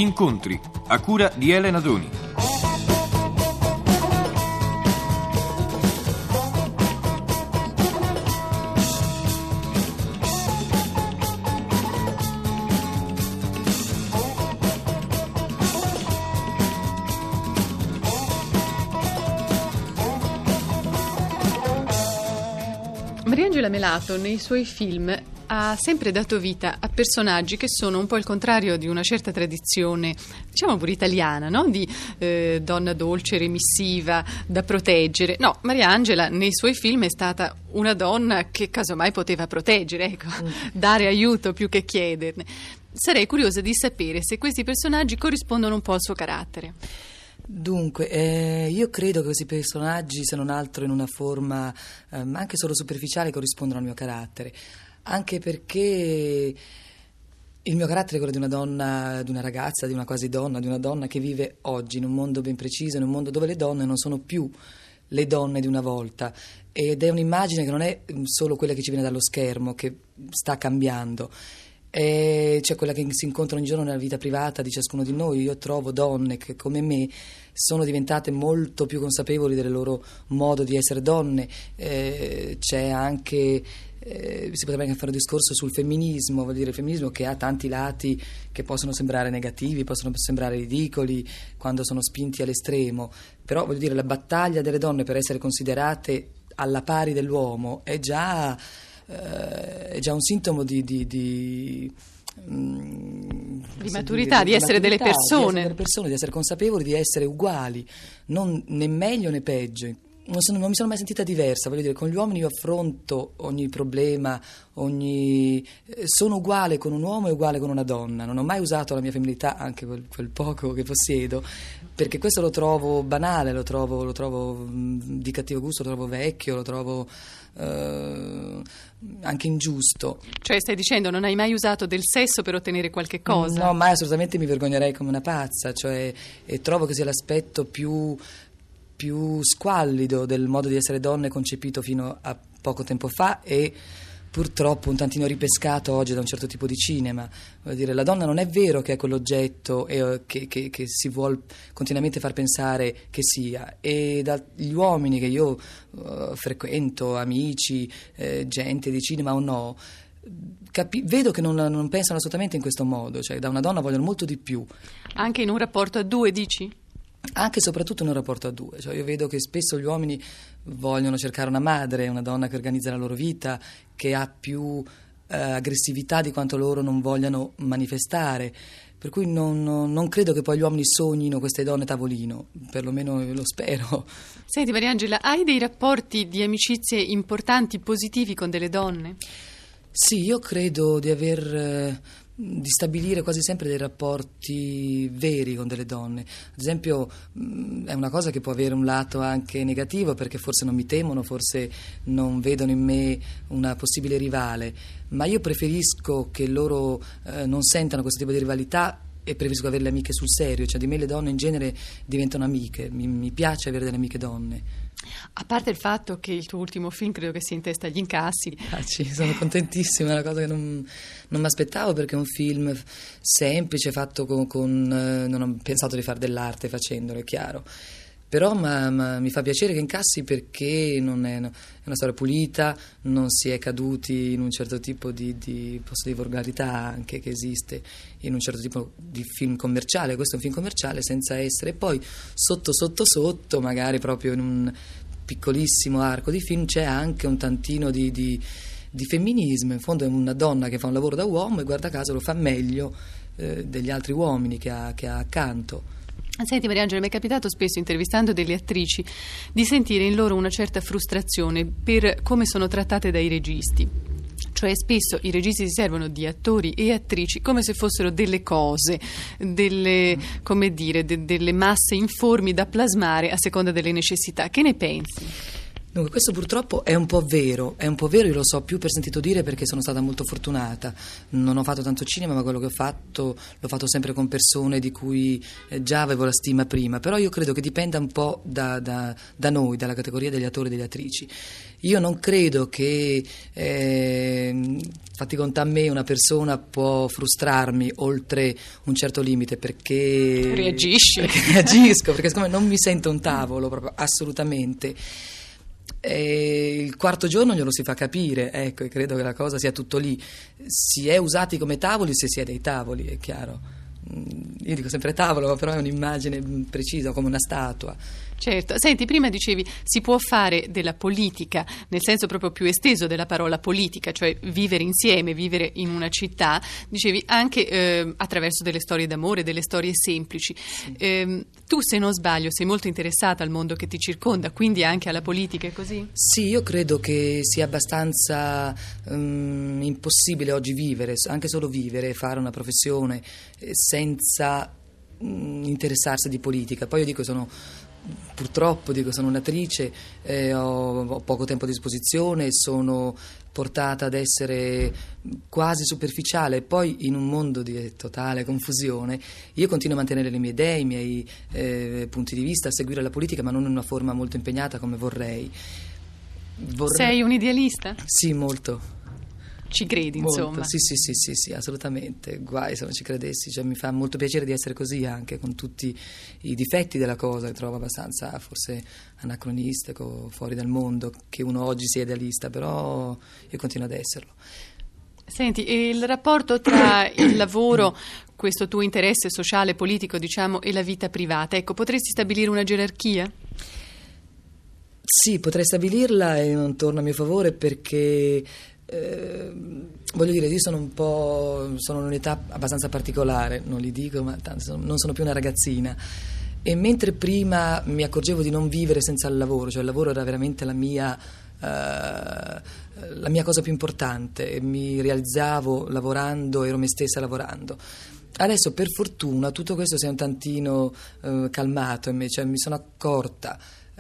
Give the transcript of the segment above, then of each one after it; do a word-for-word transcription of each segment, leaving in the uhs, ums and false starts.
Incontri, a cura di Elena Doni. Mariangela Melato nei suoi film ha sempre dato vita a personaggi che sono un po' il contrario di una certa tradizione, diciamo pure italiana, no? Di eh, donna dolce, remissiva, da proteggere. No, Mariangela nei suoi film è stata una donna che casomai poteva proteggere, ecco, mm. dare aiuto più che chiederne. Sarei curiosa di sapere se questi personaggi corrispondono un po' al suo carattere. Dunque, eh, io credo che questi personaggi, se non altro in una forma ehm, anche solo superficiale, corrispondono al mio carattere, anche perché il mio carattere è quello di una donna, di una ragazza, di una quasi donna, di una donna che vive oggi in un mondo ben preciso, in un mondo dove le donne non sono più le donne di una volta, ed è un'immagine che non è solo quella che ci viene dallo schermo, che sta cambiando. E c'è quella che si incontra ogni giorno nella vita privata di ciascuno di noi. Io trovo donne che come me sono diventate molto più consapevoli del loro modo di essere donne. Eh, c'è anche eh, si potrebbe anche fare un discorso sul femminismo, vuol dire il femminismo che ha tanti lati che possono sembrare negativi, possono sembrare ridicoli quando sono spinti all'estremo, però voglio dire la battaglia delle donne per essere considerate alla pari dell'uomo è già è già un sintomo di di, di, mm, di maturità, dire, di, di essere maturità, delle persone. Di essere delle persone, di essere consapevoli, di essere uguali, non né meglio né peggio. Non, sono, non mi sono mai sentita diversa, voglio dire, con gli uomini io affronto ogni problema, ogni sono uguale con un uomo e uguale con una donna. Non ho mai usato la mia femminilità, anche quel, quel poco che possiedo, perché questo lo trovo banale, lo trovo, lo trovo mh, di cattivo gusto, lo trovo vecchio, lo trovo Uh, anche ingiusto. Cioè stai dicendo non hai mai usato del sesso per ottenere qualche cosa? No, mai, assolutamente, mi vergognerei come una pazza, cioè, e trovo che sia l'aspetto più, più squallido del modo di essere donne concepito fino a poco tempo fa e purtroppo un tantino ripescato oggi da un certo tipo di cinema. Vuol dire, la donna non è vero che è quell'oggetto eh, che, che, che si vuol continuamente far pensare che sia, e dagli uomini che io uh, frequento, amici, eh, gente di cinema o no, capi- vedo che non, non pensano assolutamente in questo modo, cioè da una donna vogliono molto di più. Anche in un rapporto a due, dici? Anche e soprattutto in un rapporto a due, cioè io vedo che spesso gli uomini vogliono cercare una madre, una donna che organizza la loro vita, che ha più eh, aggressività di quanto loro non vogliano manifestare, per cui non, non, non credo che poi gli uomini sognino queste donne tavolino, perlomeno lo spero. Senti Mariangela, hai dei rapporti di amicizie importanti, positivi con delle donne? Sì, io credo di aver... Eh, di stabilire quasi sempre dei rapporti veri con delle donne. Ad esempio è una cosa che può avere un lato anche negativo, perché forse non mi temono, forse non vedono in me una possibile rivale, ma io preferisco che loro eh, non sentano questo tipo di rivalità e preferisco avere le amiche sul serio, cioè di me le donne in genere diventano amiche, mi, mi piace avere delle amiche donne. A parte il fatto che il tuo ultimo film credo che sia in testa agli incassi. Ah, sì, sono contentissima, è una cosa che non, non mi aspettavo, perché è un film semplice, fatto con, con eh, non ho pensato di fare dell'arte facendolo, è chiaro, però ma, ma, mi fa piacere che incassi, perché non è, è una storia pulita, non si è caduti in un certo tipo di, di, posso dire, volgarità anche che esiste in un certo tipo di film commerciale. Questo è un film commerciale senza essere, poi sotto sotto sotto magari proprio in un piccolissimo arco di film c'è anche un tantino di, di, di femminismo. In fondo è una donna che fa un lavoro da uomo e guarda caso lo fa meglio eh, degli altri uomini che ha, che ha accanto. Senti Mariangela, mi è capitato spesso, intervistando delle attrici, di sentire in loro una certa frustrazione per come sono trattate dai registi. Cioè spesso i registi si servono di attori e attrici come se fossero delle cose, delle, come dire, de, delle masse informi da plasmare a seconda delle necessità. Che ne pensi? Dunque, questo purtroppo è un po' vero, è un po' vero, io lo so più per sentito dire perché sono stata molto fortunata. Non ho fatto tanto cinema, ma quello che ho fatto l'ho fatto sempre con persone di cui eh, già avevo la stima prima, però io credo che dipenda un po' da, da, da noi, dalla categoria degli attori e delle attrici. Io non credo che, eh, fatti conto a me, una persona può frustrarmi oltre un certo limite perché... Reagisci. Perché reagisco, perché siccome non mi sento un tavolo, proprio assolutamente. E il quarto giorno glielo si fa capire, ecco, e credo che la cosa sia tutto lì. Si è usati come tavoli se si è dei tavoli, è chiaro. Io dico sempre tavolo, però è un'immagine precisa, come una statua. Certo, senti, prima dicevi si può fare della politica nel senso proprio più esteso della parola politica, cioè vivere insieme, vivere in una città, dicevi anche eh, attraverso delle storie d'amore, delle storie semplici. Sì. Eh, tu, se non sbaglio, sei molto interessata al mondo che ti circonda, quindi anche alla politica, è così? Sì, io credo che sia abbastanza um, impossibile oggi vivere, anche solo vivere, fare una professione eh, senza um, interessarsi di politica. Poi io dico, sono purtroppo dico sono un'attrice, eh, ho, ho poco tempo a disposizione, sono portata ad essere quasi superficiale, poi in un mondo di totale confusione io continuo a mantenere le mie idee, i miei eh, punti di vista, a seguire la politica, ma non in una forma molto impegnata come vorrei. vorrei... Sei un idealista? Sì, molto. Ci credi, molto, insomma? Sì, sì, sì, sì, sì, assolutamente. Guai se non ci credessi, cioè, mi fa molto piacere di essere così, anche con tutti i difetti della cosa, che trovo abbastanza forse anacronistico, fuori dal mondo, che uno oggi sia idealista, però io continuo ad esserlo. Senti, e il rapporto tra il lavoro, questo tuo interesse sociale, politico, diciamo, e la vita privata, ecco, potresti stabilire una gerarchia? Sì, potrei stabilirla e non torna a mio favore perché... Eh, voglio dire, io sono un po' sono in un'età abbastanza particolare, non li dico, ma tanto sono, non sono più una ragazzina, e mentre prima mi accorgevo di non vivere senza il lavoro, cioè il lavoro era veramente la mia eh, la mia cosa più importante, mi realizzavo lavorando, ero me stessa lavorando. Adesso per fortuna tutto questo si è un tantino eh, calmato in me, cioè mi sono accorta,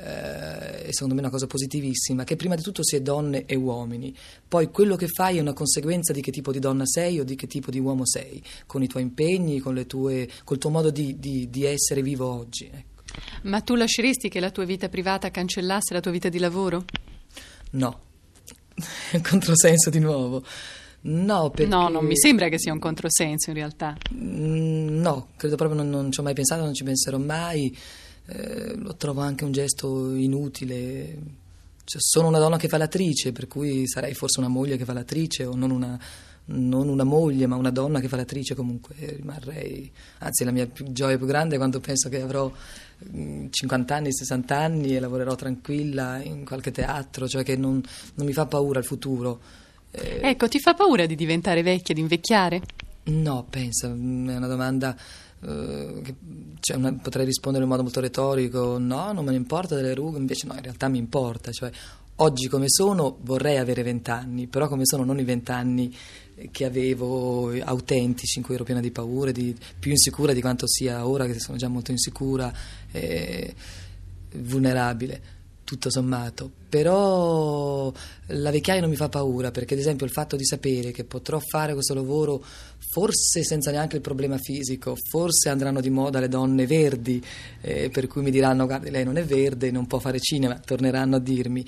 e eh, secondo me è una cosa positivissima, che prima di tutto si è donne e uomini, poi quello che fai è una conseguenza di che tipo di donna sei o di che tipo di uomo sei, con i tuoi impegni, con le tue, col tuo modo di, di, di essere vivo oggi, ecco. Ma tu lasceresti che la tua vita privata cancellasse la tua vita di lavoro? No, è un controsenso di nuovo. No, perché... no, non mi sembra che sia un controsenso in realtà. No, credo proprio, non, non ci ho mai pensato, non ci penserò mai. Eh, lo trovo anche un gesto inutile, cioè, sono una donna che fa l'attrice, per cui sarei forse una moglie che fa l'attrice, o non una, non una moglie ma una donna che fa l'attrice, comunque rimarrei, anzi la mia più gioia più grande è quando penso che avrò cinquanta anni, sessanta anni e lavorerò tranquilla in qualche teatro, cioè che non, non mi fa paura il futuro. Eh, ecco, ti fa paura di diventare vecchia, di invecchiare? No, pensa, è una domanda Uh, che, cioè, una, potrei rispondere in modo molto retorico, no, non me ne importa delle rughe, invece no, in realtà mi importa, cioè oggi come sono vorrei avere vent'anni, però come sono non i vent'anni che avevo autentici, in cui ero piena di paure, di, più insicura di quanto sia ora, che sono già molto insicura e vulnerabile, tutto sommato. Però la vecchiaia non mi fa paura, perché ad esempio il fatto di sapere che potrò fare questo lavoro forse senza neanche il problema fisico, forse andranno di moda le donne verdi, eh, per cui mi diranno guardi, lei non è verde, non può fare cinema, torneranno a dirmi,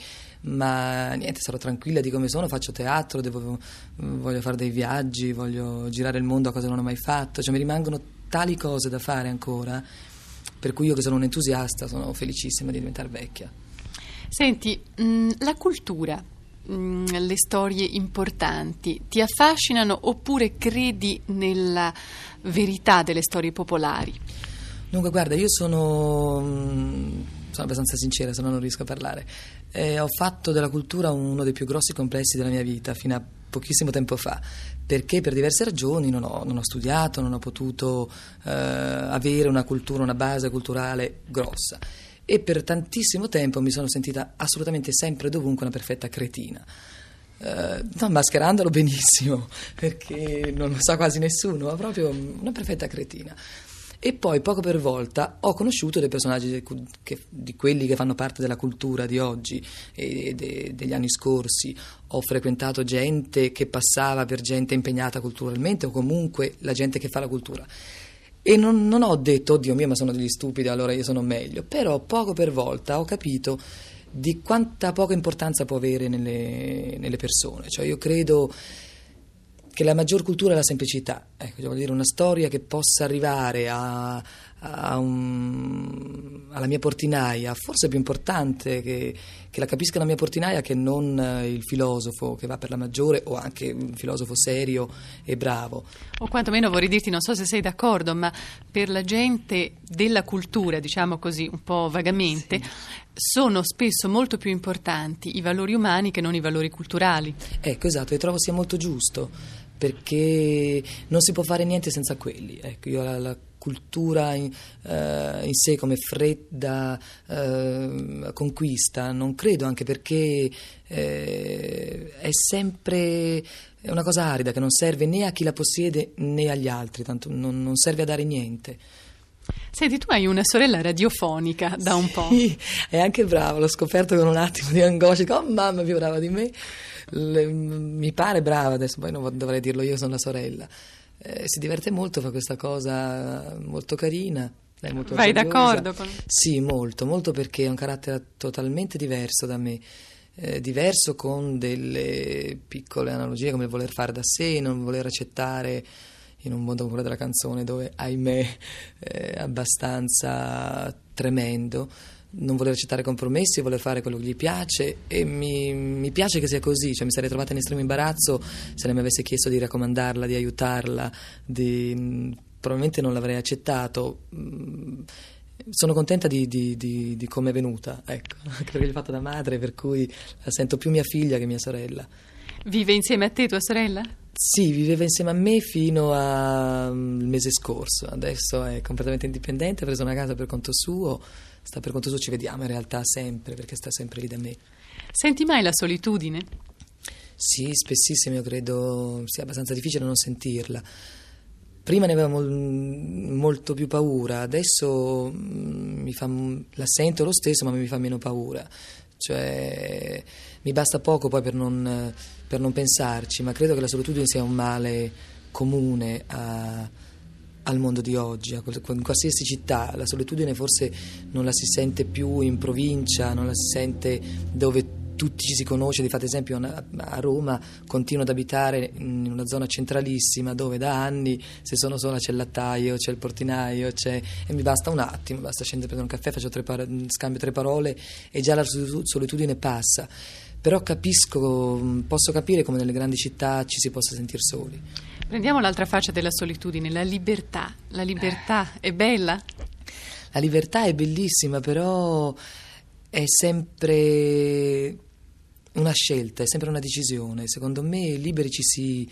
ma niente, sarò tranquilla di come sono, faccio teatro, devo, voglio fare dei viaggi, voglio girare il mondo a cose che non ho mai fatto, cioè mi rimangono tali cose da fare ancora, per cui io che sono un entusiasta sono felicissima di diventare vecchia. Senti, mh, la cultura, mh, le storie importanti ti affascinano oppure credi nella verità delle storie popolari? Dunque guarda, io sono, sono abbastanza sincera, se no non riesco a parlare. Eh, ho fatto della cultura uno dei più grossi complessi della mia vita fino a pochissimo tempo fa, perché per diverse ragioni non ho, non ho studiato, non ho potuto eh, avere una cultura, una base culturale grossa. E per tantissimo tempo mi sono sentita assolutamente sempre e dovunque una perfetta cretina, eh, non mascherandolo benissimo perché non lo sa quasi nessuno, ma proprio una perfetta cretina. E poi poco per volta ho conosciuto dei personaggi de, che, di quelli che fanno parte della cultura di oggi e de, degli anni scorsi. Ho frequentato gente che passava per gente impegnata culturalmente, o comunque la gente che fa la cultura. E non, non ho detto, oddio mio, ma sono degli stupidi, allora io sono meglio. Però poco per volta ho capito di quanta poca importanza può avere nelle, nelle persone. Cioè io credo che la maggior cultura è la semplicità, ecco, vuol dire una storia che possa arrivare a, a un, alla mia portinaia, forse è più importante che, che la capisca la mia portinaia che non il filosofo che va per la maggiore, o anche un filosofo serio e bravo. O quantomeno vorrei dirti, non so se sei d'accordo, ma per la gente della cultura, diciamo così, un po' vagamente, sì, sono spesso molto più importanti i valori umani che non i valori culturali. Ecco, esatto, e trovo sia molto giusto, perché non si può fare niente senza quelli. Ecco, io la, la cultura in, uh, in sé come fredda uh, conquista non credo, anche perché eh, è sempre una cosa arida che non serve né a chi la possiede né agli altri, tanto non, non serve a dare niente. Senti, tu hai una sorella radiofonica da un po'. Sì, è anche brava, l'ho scoperto con un attimo di angoscia, oh mamma più brava di me. Le, mi pare brava, adesso poi non dovrei dirlo io, sono la sorella. Eh, si diverte molto, fa questa cosa molto carina. Lei è molto Vai orgogliosa. d'accordo con... Sì, molto, molto, perché ha un carattere totalmente diverso da me. Eh, diverso, con delle piccole analogie, come il voler fare da sé, non voler accettare in un mondo come quello della canzone, dove ahimè è abbastanza tremendo, non voler accettare compromessi, voler fare quello che gli piace, e mi, mi piace che sia così, cioè mi sarei trovata in estremo imbarazzo se lei mi avesse chiesto di raccomandarla, di aiutarla, di, probabilmente non l'avrei accettato. Sono contenta di, di, di, di come è venuta, ecco, anche perché l'ho fatta da madre, per cui la sento più mia figlia che mia sorella. Vive insieme a te tua sorella? Sì, viveva insieme a me fino al mese scorso, adesso è completamente indipendente, ha preso una casa per conto suo, sta per conto suo, ci vediamo in realtà sempre, perché sta sempre lì da me. Senti mai la solitudine? Sì, spessissimo, io credo sia abbastanza difficile non sentirla. Prima ne avevo mol, molto più paura, adesso mi fa, la sento lo stesso, ma mi fa meno paura. Cioè, mi basta poco poi per non, per non pensarci, ma credo che la solitudine sia un male comune a, al mondo di oggi, a, in qualsiasi città. La solitudine forse non la si sente più in provincia, non la si sente dove tutti ci si conosce. Di fatto, esempio, a Roma continuo ad abitare in una zona centralissima dove da anni, se sono sola, c'è il lattaio, c'è il portinaio, c'è, e mi basta un attimo, basta scendere per prendere un caffè, faccio tre par- scambio tre parole e già la solitudine passa. Però capisco, posso capire come nelle grandi città ci si possa sentir soli. Prendiamo l'altra faccia della solitudine, la libertà. La libertà è bella? La libertà è bellissima, però è sempre una scelta, è sempre una decisione. Secondo me liberi ci si,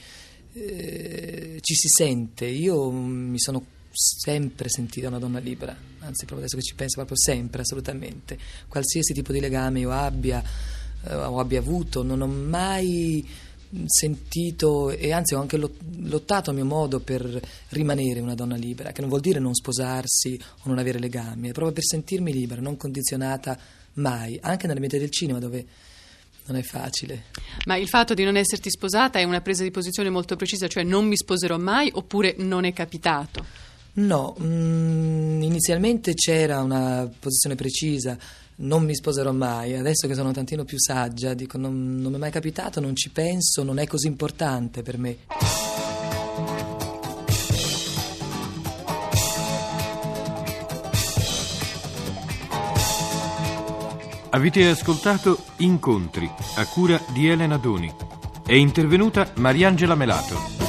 eh, ci si sente. Io mi sono sempre sentita una donna libera, anzi proprio adesso che ci penso, proprio sempre, assolutamente. Qualsiasi tipo di legame io abbia eh, o abbia avuto, non ho mai sentito, e anzi ho anche lottato a mio modo per rimanere una donna libera, che non vuol dire non sposarsi o non avere legami, è proprio per sentirmi libera, non condizionata mai, anche nell'ambiente del cinema, dove non è facile. Ma il fatto di non esserti sposata è una presa di posizione molto precisa, cioè non mi sposerò mai, oppure non è capitato? No, mm, inizialmente c'era una posizione precisa, non mi sposerò mai. Adesso che sono un tantino più saggia dico non, non mi è mai capitato, non ci penso, non è così importante per me. Avete ascoltato Incontri, a cura di Elena Doni. È intervenuta Mariangela Melato.